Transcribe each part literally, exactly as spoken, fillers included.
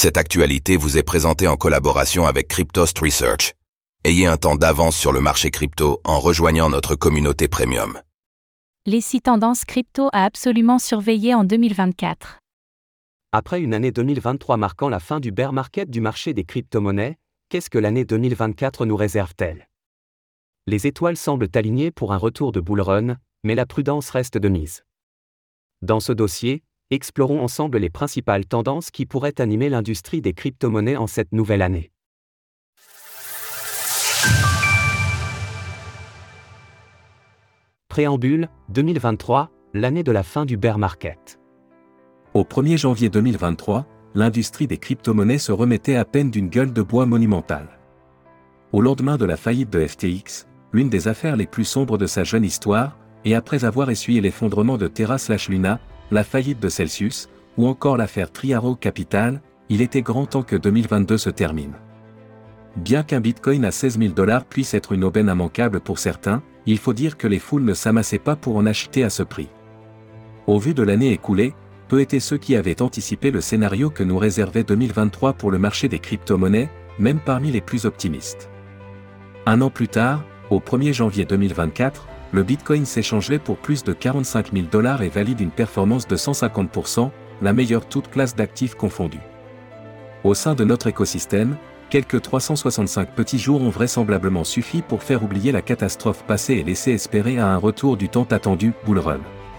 Cette actualité vous est présentée en collaboration avec Cryptost Research. Ayez un temps d'avance sur le marché crypto en rejoignant notre communauté premium. Les six tendances crypto à absolument surveiller en deux mille vingt-quatre. Après une année deux mille vingt-trois marquant la fin du bear market du marché des crypto-monnaies, qu'est-ce que l'année deux mille vingt-quatre nous réserve-t-elle? Les étoiles semblent alignées pour un retour de bull run, mais la prudence reste de mise. Dans ce dossier, explorons ensemble les principales tendances qui pourraient animer l'industrie des crypto-monnaies en cette nouvelle année. Préambule, deux mille vingt-trois, l'année de la fin du bear market. Au premier janvier deux mille vingt-trois, l'industrie des crypto-monnaies se remettait à peine d'une gueule de bois monumentale. Au lendemain de la faillite de F T X, l'une des affaires les plus sombres de sa jeune histoire, et après avoir essuyé l'effondrement de Terra/Luna, la faillite de Celsius, ou encore l'affaire Triaro Capital, il était grand temps que deux mille vingt-deux se termine. Bien qu'un bitcoin à seize mille dollars puisse être une aubaine immanquable pour certains, il faut dire que les foules ne s'amassaient pas pour en acheter à ce prix. Au vu de l'année écoulée, peu étaient ceux qui avaient anticipé le scénario que nous réservait deux mille vingt-trois pour le marché des crypto-monnaies, même parmi les plus optimistes. Un an plus tard, au premier janvier deux mille vingt-quatre, le bitcoin s'échangeait pour plus de quarante-cinq mille dollars et valide une performance de cent cinquante pour cent, la meilleure toute classe d'actifs confondus. Au sein de notre écosystème, quelques trois cent soixante-cinq petits jours ont vraisemblablement suffi pour faire oublier la catastrophe passée et laisser espérer à un retour du tant attendu bull run.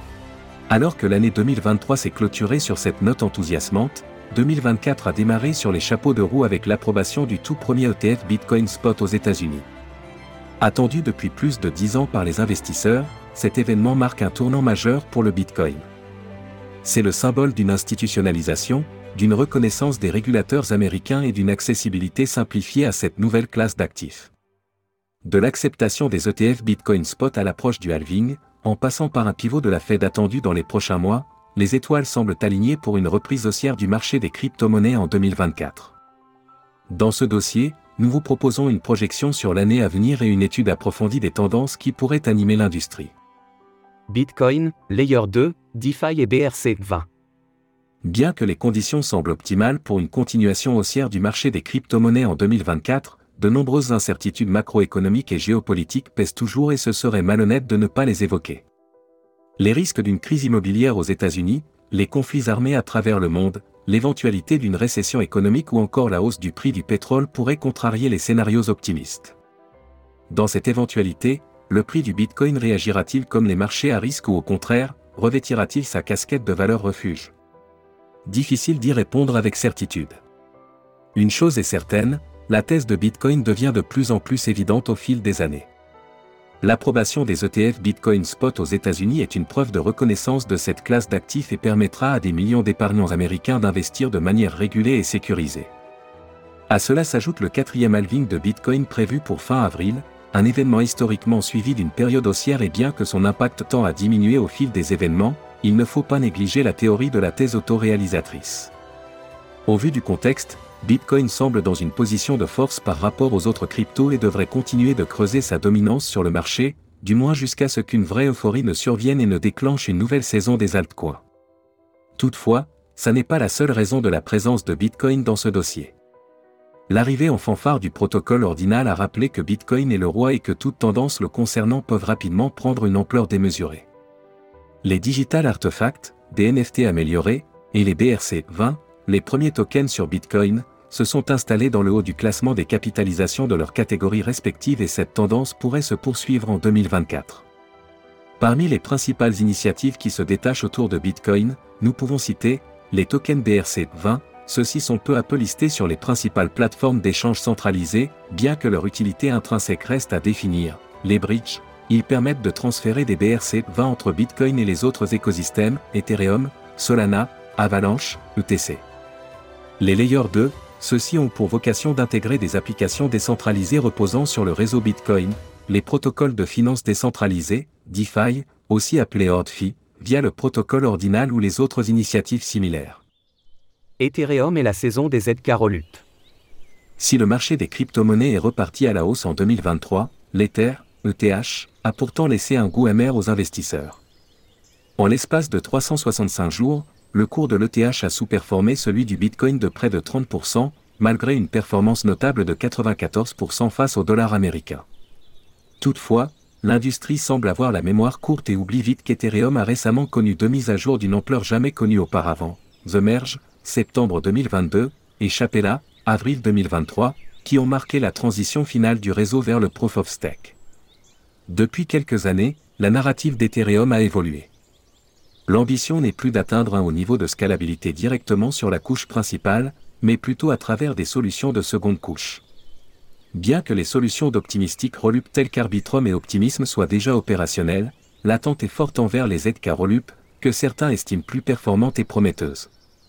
Alors que l'année deux mille vingt-trois s'est clôturée sur cette note enthousiasmante, deux mille vingt-quatre a démarré sur les chapeaux de roue avec l'approbation du tout premier E T F Bitcoin Spot aux États-Unis. Attendu depuis plus de dix ans par les investisseurs, cet événement marque un tournant majeur pour le Bitcoin. C'est le symbole d'une institutionnalisation, d'une reconnaissance des régulateurs américains et d'une accessibilité simplifiée à cette nouvelle classe d'actifs. De l'acceptation des E T F Bitcoin Spot à l'approche du halving, en passant par un pivot de la Fed attendu dans les prochains mois, les étoiles semblent alignées pour une reprise haussière du marché des crypto-monnaies en deux mille vingt-quatre. Dans ce dossier, nous vous proposons une projection sur l'année à venir et une étude approfondie des tendances qui pourraient animer l'industrie. Bitcoin, Layer deux, DeFi et B R C vingt. Bien que les conditions semblent optimales pour une continuation haussière du marché des crypto-monnaies en deux mille vingt-quatre, de nombreuses incertitudes macroéconomiques et géopolitiques pèsent toujours et ce serait malhonnête de ne pas les évoquer. Les risques d'une crise immobilière aux États-Unis, les conflits armés à travers le monde, l'éventualité d'une récession économique ou encore la hausse du prix du pétrole pourraient contrarier les scénarios optimistes. Dans cette éventualité, le prix du Bitcoin réagira-t-il comme les marchés à risque ou au contraire, revêtira-t-il sa casquette de valeur refuge? Difficile d'y répondre avec certitude. Une chose est certaine, la thèse de Bitcoin devient de plus en plus évidente au fil des années. L'approbation des E T F Bitcoin Spot aux États-Unis est une preuve de reconnaissance de cette classe d'actifs et permettra à des millions d'épargnants américains d'investir de manière régulée et sécurisée. À cela s'ajoute le quatrième halving de Bitcoin prévu pour fin avril, un événement historiquement suivi d'une période haussière et bien que son impact tend à diminuer au fil des événements, il ne faut pas négliger la théorie de la thèse autoréalisatrice. Au vu du contexte, Bitcoin semble dans une position de force par rapport aux autres cryptos et devrait continuer de creuser sa dominance sur le marché, du moins jusqu'à ce qu'une vraie euphorie ne survienne et ne déclenche une nouvelle saison des altcoins. Toutefois, ça n'est pas la seule raison de la présence de Bitcoin dans ce dossier. L'arrivée en fanfare du protocole ordinal a rappelé que Bitcoin est le roi et que toutes tendances le concernant peuvent rapidement prendre une ampleur démesurée. Les digital artefacts, des N F T améliorés, et les B R C vingt, les premiers tokens sur Bitcoin, se sont installés dans le haut du classement des capitalisations de leurs catégories respectives et cette tendance pourrait se poursuivre en deux mille vingt-quatre. Parmi les principales initiatives qui se détachent autour de Bitcoin, nous pouvons citer les tokens B R C vingt, ceux-ci sont peu à peu listés sur les principales plateformes d'échange centralisées, bien que leur utilité intrinsèque reste à définir. Les bridges, ils permettent de transférer des B R C vingt entre Bitcoin et les autres écosystèmes, Ethereum, Solana, Avalanche, E T C. Les Layer deux, ceux-ci ont pour vocation d'intégrer des applications décentralisées reposant sur le réseau Bitcoin, les protocoles de finance décentralisés, DeFi, aussi appelés OrdFi, via le protocole ordinal ou les autres initiatives similaires. Ethereum et la saison des Z K Rollup. Si le marché des crypto-monnaies est reparti à la hausse en deux mille vingt-trois, l'Ether, E T H, a pourtant laissé un goût amer aux investisseurs. En l'espace de trois cent soixante-cinq jours, le cours de l'E T H a sous-performé celui du Bitcoin de près de trente pour cent, malgré une performance notable de quatre-vingt-quatorze pour cent face au dollar américain. Toutefois, l'industrie semble avoir la mémoire courte et oublie vite qu'Ethereum a récemment connu deux mises à jour d'une ampleur jamais connue auparavant, The Merge, septembre deux mille vingt-deux, et Chapella, avril deux mille vingt-trois, qui ont marqué la transition finale du réseau vers le Proof of Stake. Depuis quelques années, la narrative d'Ethereum a évolué. L'ambition n'est plus d'atteindre un haut niveau de scalabilité directement sur la couche principale, mais plutôt à travers des solutions de seconde couche. Bien que les solutions d'optimistique Rollup telles qu'Arbitrum et Optimism soient déjà opérationnelles, l'attente est forte envers les Z K Rollup, que certains estiment plus performantes et prometteuses.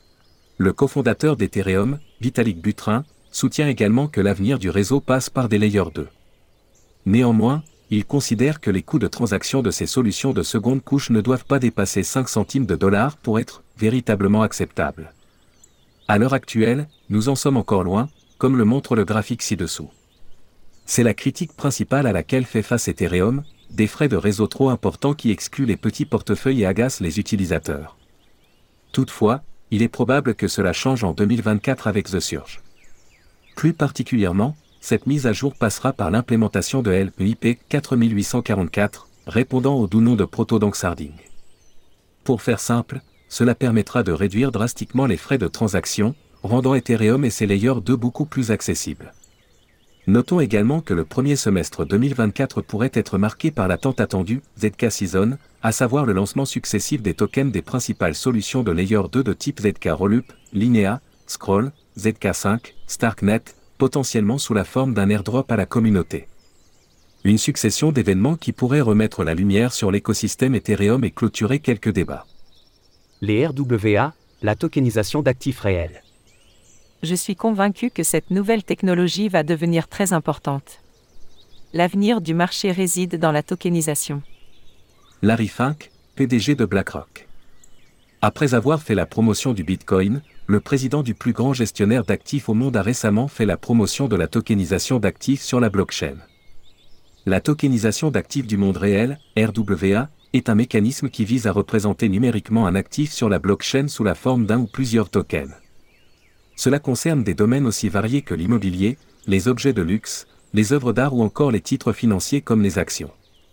Le cofondateur d'Ethereum, Vitalik Buterin, soutient également que l'avenir du réseau passe par des layers deux. Néanmoins, il considère que les coûts de transaction de ces solutions de seconde couche ne doivent pas dépasser cinq centimes de dollars pour être véritablement acceptables. À l'heure actuelle, nous en sommes encore loin, comme le montre le graphique ci-dessous. C'est la critique principale à laquelle fait face Ethereum, des frais de réseau trop importants qui excluent les petits portefeuilles et agacent les utilisateurs. Toutefois, il est probable que cela change en deux mille vingt-quatre avec The Surge. Plus particulièrement, cette mise à jour passera par l'implémentation de L P I P quatre mille huit cent quarante-quatre, répondant au doux nom de proto-donksharding. Pour faire simple, cela permettra de réduire drastiquement les frais de transaction, rendant Ethereum et ses layers deux beaucoup plus accessibles. Notons également que le premier semestre deux mille vingt-quatre pourrait être marqué par la tant attendue Z K Season, à savoir le lancement successif des tokens des principales solutions de Layer deux de type Z K Rollup, Linea, Scroll, Z K cinq, Starknet, potentiellement sous la forme d'un airdrop à la communauté. Une succession d'événements qui pourraient remettre la lumière sur l'écosystème Ethereum et clôturer quelques débats. Les R W A, la tokenisation d'actifs réels. Je suis convaincu que cette nouvelle technologie va devenir très importante. L'avenir du marché réside dans la tokenisation. Larry Fink, P D G de BlackRock. Après avoir fait la promotion du Bitcoin, le président du plus grand gestionnaire d'actifs au monde a récemment fait la promotion de la tokenisation d'actifs sur la blockchain. La tokenisation d'actifs du monde réel, R W A, est un mécanisme qui vise à représenter numériquement un actif sur la blockchain sous la forme d'un ou plusieurs tokens. Cela concerne des domaines aussi variés que l'immobilier, les objets de luxe, les œuvres d'art ou encore les titres financiers comme les actions.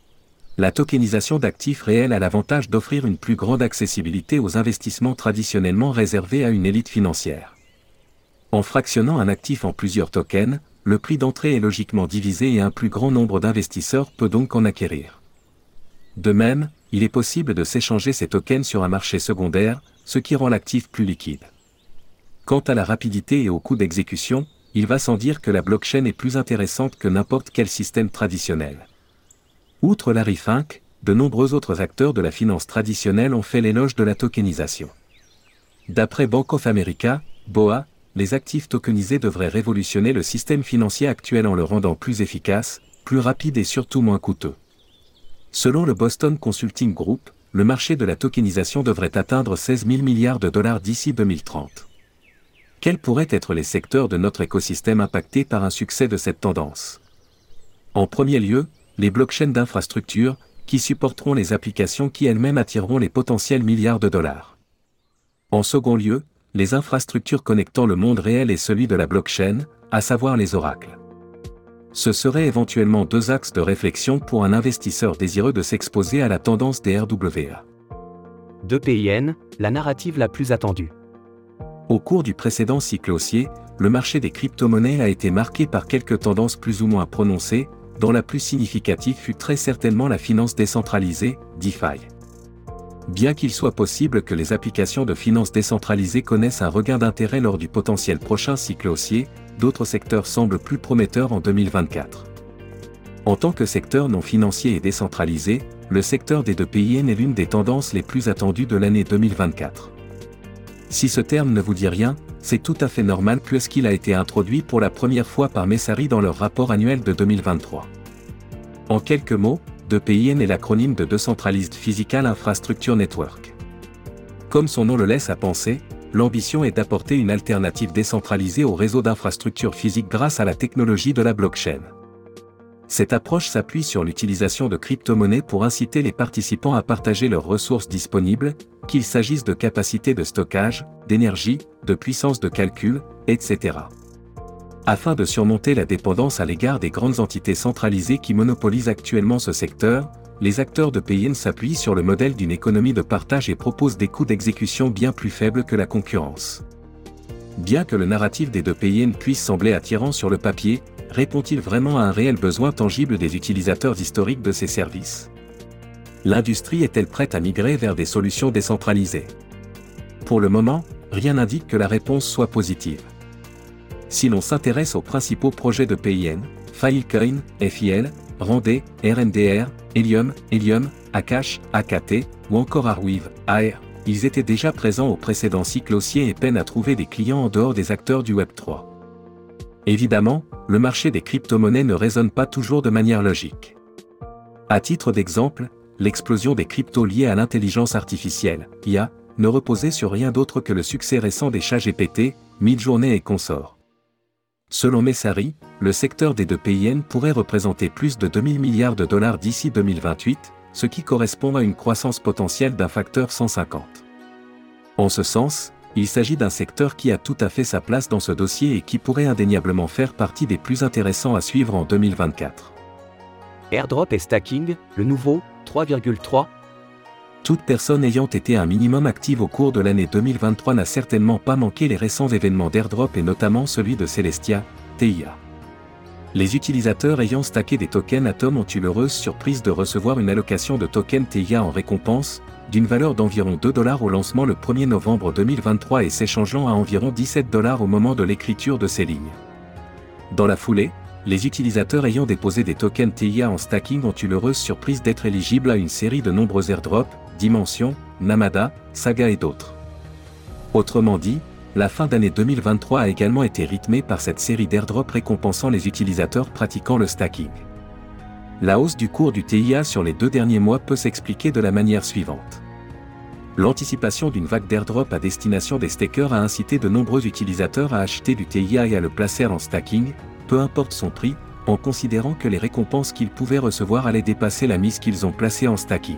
La tokenisation d'actifs réels a l'avantage d'offrir une plus grande accessibilité aux investissements traditionnellement réservés à une élite financière. En fractionnant un actif en plusieurs tokens, le prix d'entrée est logiquement divisé et un plus grand nombre d'investisseurs peut donc en acquérir. De même, il est possible de s'échanger ces tokens sur un marché secondaire, ce qui rend l'actif plus liquide. Quant à la rapidité et au coût d'exécution, il va sans dire que la blockchain est plus intéressante que n'importe quel système traditionnel. Outre Larry Fink, de nombreux autres acteurs de la finance traditionnelle ont fait l'éloge de la tokenisation. D'après Bank of America, B O A, les actifs tokenisés devraient révolutionner le système financier actuel en le rendant plus efficace, plus rapide et surtout moins coûteux. Selon le Boston Consulting Group, le marché de la tokenisation devrait atteindre seize mille milliards de dollars d'ici deux mille trente. Quels pourraient être les secteurs de notre écosystème impactés par un succès de cette tendance? En premier lieu, les blockchains d'infrastructure, qui supporteront les applications qui elles-mêmes attireront les potentiels milliards de dollars. En second lieu, les infrastructures connectant le monde réel et celui de la blockchain, à savoir les oracles. Ce seraient éventuellement deux axes de réflexion pour un investisseur désireux de s'exposer à la tendance des R W A. deux P I N, la narrative la plus attendue. Au cours du précédent cycle haussier, le marché des crypto-monnaies a été marqué par quelques tendances plus ou moins prononcées, dont la plus significative fut très certainement la finance décentralisée, DeFi. Bien qu'il soit possible que les applications de finance décentralisée connaissent un regain d'intérêt lors du potentiel prochain cycle haussier, d'autres secteurs semblent plus prometteurs en deux mille vingt-quatre. En tant que secteur non financier et décentralisé, le secteur des deux P I N est l'une des tendances les plus attendues de l'année deux mille vingt-quatre. Si ce terme ne vous dit rien, c'est tout à fait normal puisqu'il a été introduit pour la première fois par Messari dans leur rapport annuel de deux mille vingt-trois. En quelques mots, deux P I N est l'acronyme de Decentralized Physical Infrastructure Network. Comme son nom le laisse à penser, l'ambition est d'apporter une alternative décentralisée au réseau d'infrastructures physiques grâce à la technologie de la blockchain. Cette approche s'appuie sur l'utilisation de crypto-monnaies pour inciter les participants à partager leurs ressources disponibles, qu'il s'agisse de capacité de stockage, d'énergie, de puissance de calcul, et cetera. Afin de surmonter la dépendance à l'égard des grandes entités centralisées qui monopolisent actuellement ce secteur, les acteurs de Pay-in s'appuient sur le modèle d'une économie de partage et proposent des coûts d'exécution bien plus faibles que la concurrence. Bien que le narratif des deux Pay-in puisse sembler attirant sur le papier, répond-il vraiment à un réel besoin tangible des utilisateurs historiques de ces services? L'industrie est-elle prête à migrer vers des solutions décentralisées? Pour le moment, rien n'indique que la réponse soit positive. Si l'on s'intéresse aux principaux projets de Pay-in, Filecoin, F I L, Randé, R N D R, Helium, Helium, Akash, A K T, ou encore Arweave, A R, ils étaient déjà présents au précédent cycle haussier et peinent à trouver des clients en dehors des acteurs du Web trois. Évidemment, le marché des crypto-monnaies ne résonne pas toujours de manière logique. À titre d'exemple, l'explosion des cryptos liés à l'intelligence artificielle, I A, ne reposait sur rien d'autre que le succès récent des chats G P T, Midjourney et consorts. Selon Messari, le secteur des deux Pay-in pourrait représenter plus de deux mille milliards de dollars d'ici deux mille vingt-huit, ce qui correspond à une croissance potentielle d'un facteur cent cinquante. En ce sens, il s'agit d'un secteur qui a tout à fait sa place dans ce dossier et qui pourrait indéniablement faire partie des plus intéressants à suivre en deux mille vingt-quatre. Airdrop et stacking, le nouveau, trois virgule trois. Toute personne ayant été un minimum active au cours de l'année deux mille vingt-trois n'a certainement pas manqué les récents événements d'airdrop et notamment celui de Celestia, T I A. Les utilisateurs ayant stacké des tokens Atom ont eu l'heureuse surprise de recevoir une allocation de tokens T I A en récompense, d'une valeur d'environ deux dollars au lancement le premier novembre deux mille vingt-trois et s'échangeant à environ dix-sept dollars au moment de l'écriture de ces lignes. Dans la foulée, les utilisateurs ayant déposé des tokens T I A en stacking ont eu l'heureuse surprise d'être éligibles à une série de nombreux airdrops, Dimension, Namada, Saga et d'autres. Autrement dit, la fin d'année deux mille vingt-trois a également été rythmée par cette série d'airdrops récompensant les utilisateurs pratiquant le stacking. La hausse du cours du T I A sur les deux derniers mois peut s'expliquer de la manière suivante. L'anticipation d'une vague d'airdrop à destination des stakers a incité de nombreux utilisateurs à acheter du T I A et à le placer en stacking, peu importe son prix, en considérant que les récompenses qu'ils pouvaient recevoir allaient dépasser la mise qu'ils ont placée en stacking.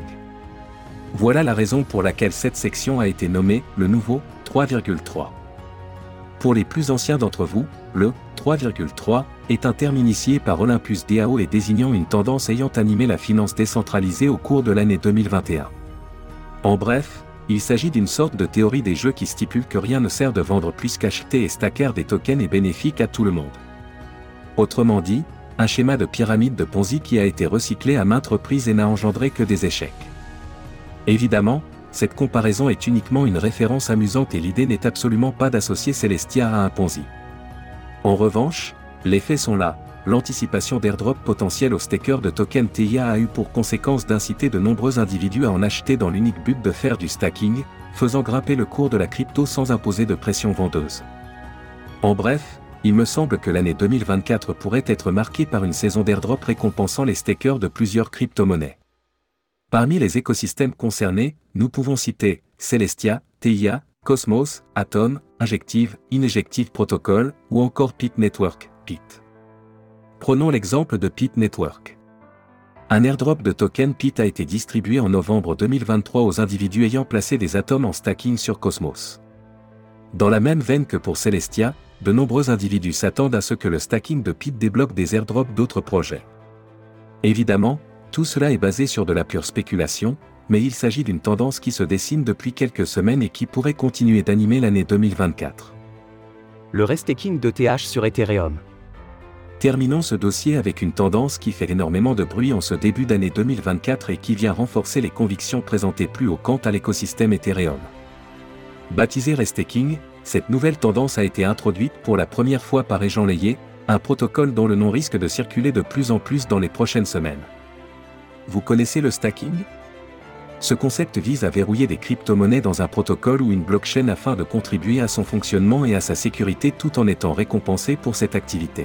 Voilà la raison pour laquelle cette section a été nommée le nouveau trois virgule trois. Pour les plus anciens d'entre vous, le trois virgule trois est un terme initié par Olympus D A O et désignant une tendance ayant animé la finance décentralisée au cours de l'année deux mille vingt et un. En bref, il s'agit d'une sorte de théorie des jeux qui stipule que rien ne sert de vendre puisqu'acheter et stacker des tokens est bénéfique à tout le monde. Autrement dit, un schéma de pyramide de Ponzi qui a été recyclé à maintes reprises et n'a engendré que des échecs. Évidemment, cette comparaison est uniquement une référence amusante et l'idée n'est absolument pas d'associer Celestia à un Ponzi. En revanche, les faits sont là, l'anticipation d'airdrop potentiel aux stakers de tokens T I A a eu pour conséquence d'inciter de nombreux individus à en acheter dans l'unique but de faire du stacking, faisant grimper le cours de la crypto sans imposer de pression vendeuse. En bref, il me semble que l'année deux mille vingt-quatre pourrait être marquée par une saison d'airdrop récompensant les stakers de plusieurs crypto-monnaies. Parmi les écosystèmes concernés, nous pouvons citer Celestia, T I A, Cosmos, Atom, Injective, Injective Protocol, ou encore Pit Network, P I T. Prenons l'exemple de P I T Network. Un airdrop de token P I T a été distribué en novembre deux mille vingt-trois aux individus ayant placé des atomes en stacking sur Cosmos. Dans la même veine que pour Celestia, de nombreux individus s'attendent à ce que le stacking de P I T débloque des airdrops d'autres projets. Évidemment, tout cela est basé sur de la pure spéculation, mais il s'agit d'une tendance qui se dessine depuis quelques semaines et qui pourrait continuer d'animer l'année deux mille vingt-quatre. Le restaking d'E T H sur Ethereum. Terminons ce dossier avec une tendance qui fait énormément de bruit en ce début d'année deux mille vingt-quatre et qui vient renforcer les convictions présentées plus haut quant à l'écosystème Ethereum. Baptisé restaking, cette nouvelle tendance a été introduite pour la première fois par Jean Layet, un protocole dont le nom risque de circuler de plus en plus dans les prochaines semaines. Vous connaissez le stacking ? Ce concept vise à verrouiller des crypto-monnaies dans un protocole ou une blockchain afin de contribuer à son fonctionnement et à sa sécurité tout en étant récompensé pour cette activité.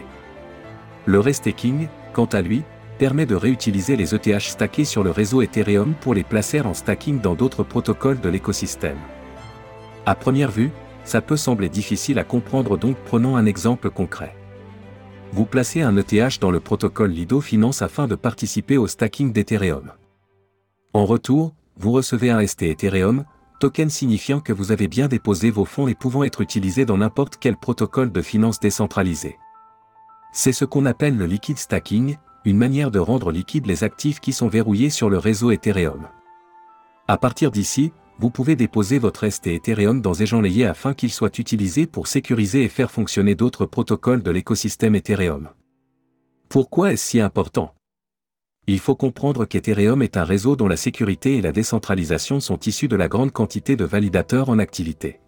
Le restaking, quant à lui, permet de réutiliser les E T H stackés sur le réseau Ethereum pour les placer en stacking dans d'autres protocoles de l'écosystème. À première vue, ça peut sembler difficile à comprendre donc prenons un exemple concret. vous placez un E T H dans le protocole Lido Finance afin de participer au stacking d'Ethereum. En retour, vous recevez un S T Ethereum, token signifiant que vous avez bien déposé vos fonds et pouvant être utilisés dans n'importe quel protocole de finance décentralisé. C'est ce qu'on appelle le liquid stacking, une manière de rendre liquides les actifs qui sont verrouillés sur le réseau Ethereum. À partir d'ici, vous pouvez déposer votre S T Ethereum dans Égenlayé afin qu'il soit utilisé pour sécuriser et faire fonctionner d'autres protocoles de l'écosystème Ethereum. Pourquoi est-ce si important ? Il faut comprendre qu'Ethereum est un réseau dont la sécurité et la décentralisation sont issus de la grande quantité de validateurs en activité.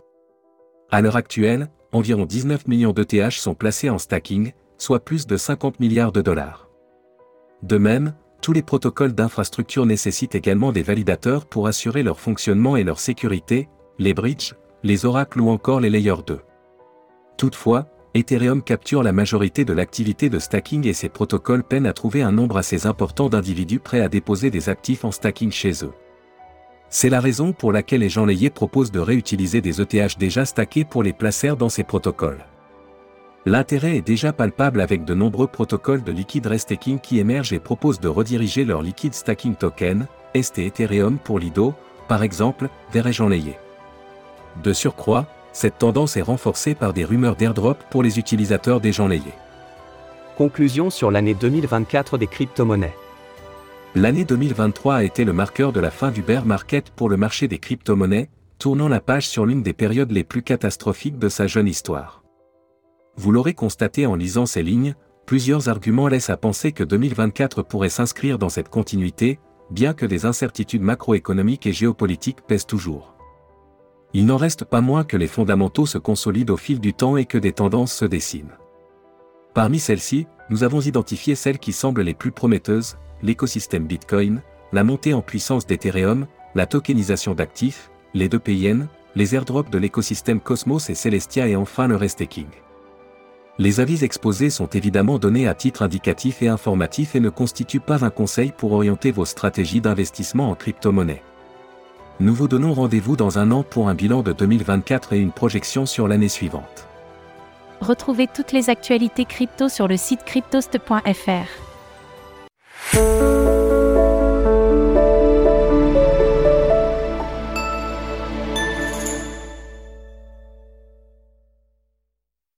À l'heure actuelle, environ dix-neuf millions d'E T H sont placés en stacking, soit plus de cinquante milliards de dollars. De même, tous les protocoles d'infrastructure nécessitent également des validateurs pour assurer leur fonctionnement et leur sécurité, les bridges, les oracles ou encore les layers deux. Toutefois, Ethereum capture la majorité de l'activité de stacking et ces protocoles peinent à trouver un nombre assez important d'individus prêts à déposer des actifs en stacking chez eux. C'est la raison pour laquelle Égenlayé propose de réutiliser des E T H déjà stackés pour les placer dans ces protocoles. L'intérêt est déjà palpable avec de nombreux protocoles de liquid restaking qui émergent et proposent de rediriger leur liquid stacking token, S T Ethereum pour Lido, par exemple, vers Égenlayé. De surcroît, cette tendance est renforcée par des rumeurs d'airdrop pour les utilisateurs d'Égenlayé. Conclusion sur l'année deux mille vingt-quatre des crypto-monnaies. L'année deux mille vingt-trois a été le marqueur de la fin du bear market pour le marché des crypto-monnaies, tournant la page sur l'une des périodes les plus catastrophiques de sa jeune histoire. Vous l'aurez constaté en lisant ces lignes, plusieurs arguments laissent à penser que deux mille vingt-quatre pourrait s'inscrire dans cette continuité, bien que des incertitudes macroéconomiques et géopolitiques pèsent toujours. Il n'en reste pas moins que les fondamentaux se consolident au fil du temps et que des tendances se dessinent. Parmi celles-ci, nous avons identifié celles qui semblent les plus prometteuses, l'écosystème Bitcoin, la montée en puissance d'Ethereum, la tokenisation d'actifs, les deux P I N, les airdrops de l'écosystème Cosmos et Celestia et enfin le restaking. Les avis exposés sont évidemment donnés à titre indicatif et informatif et ne constituent pas un conseil pour orienter vos stratégies d'investissement en crypto-monnaie. Nous vous donnons rendez-vous dans un an pour un bilan de deux mille vingt-quatre et une projection sur l'année suivante. Retrouvez toutes les actualités crypto sur le site cryptost point f r.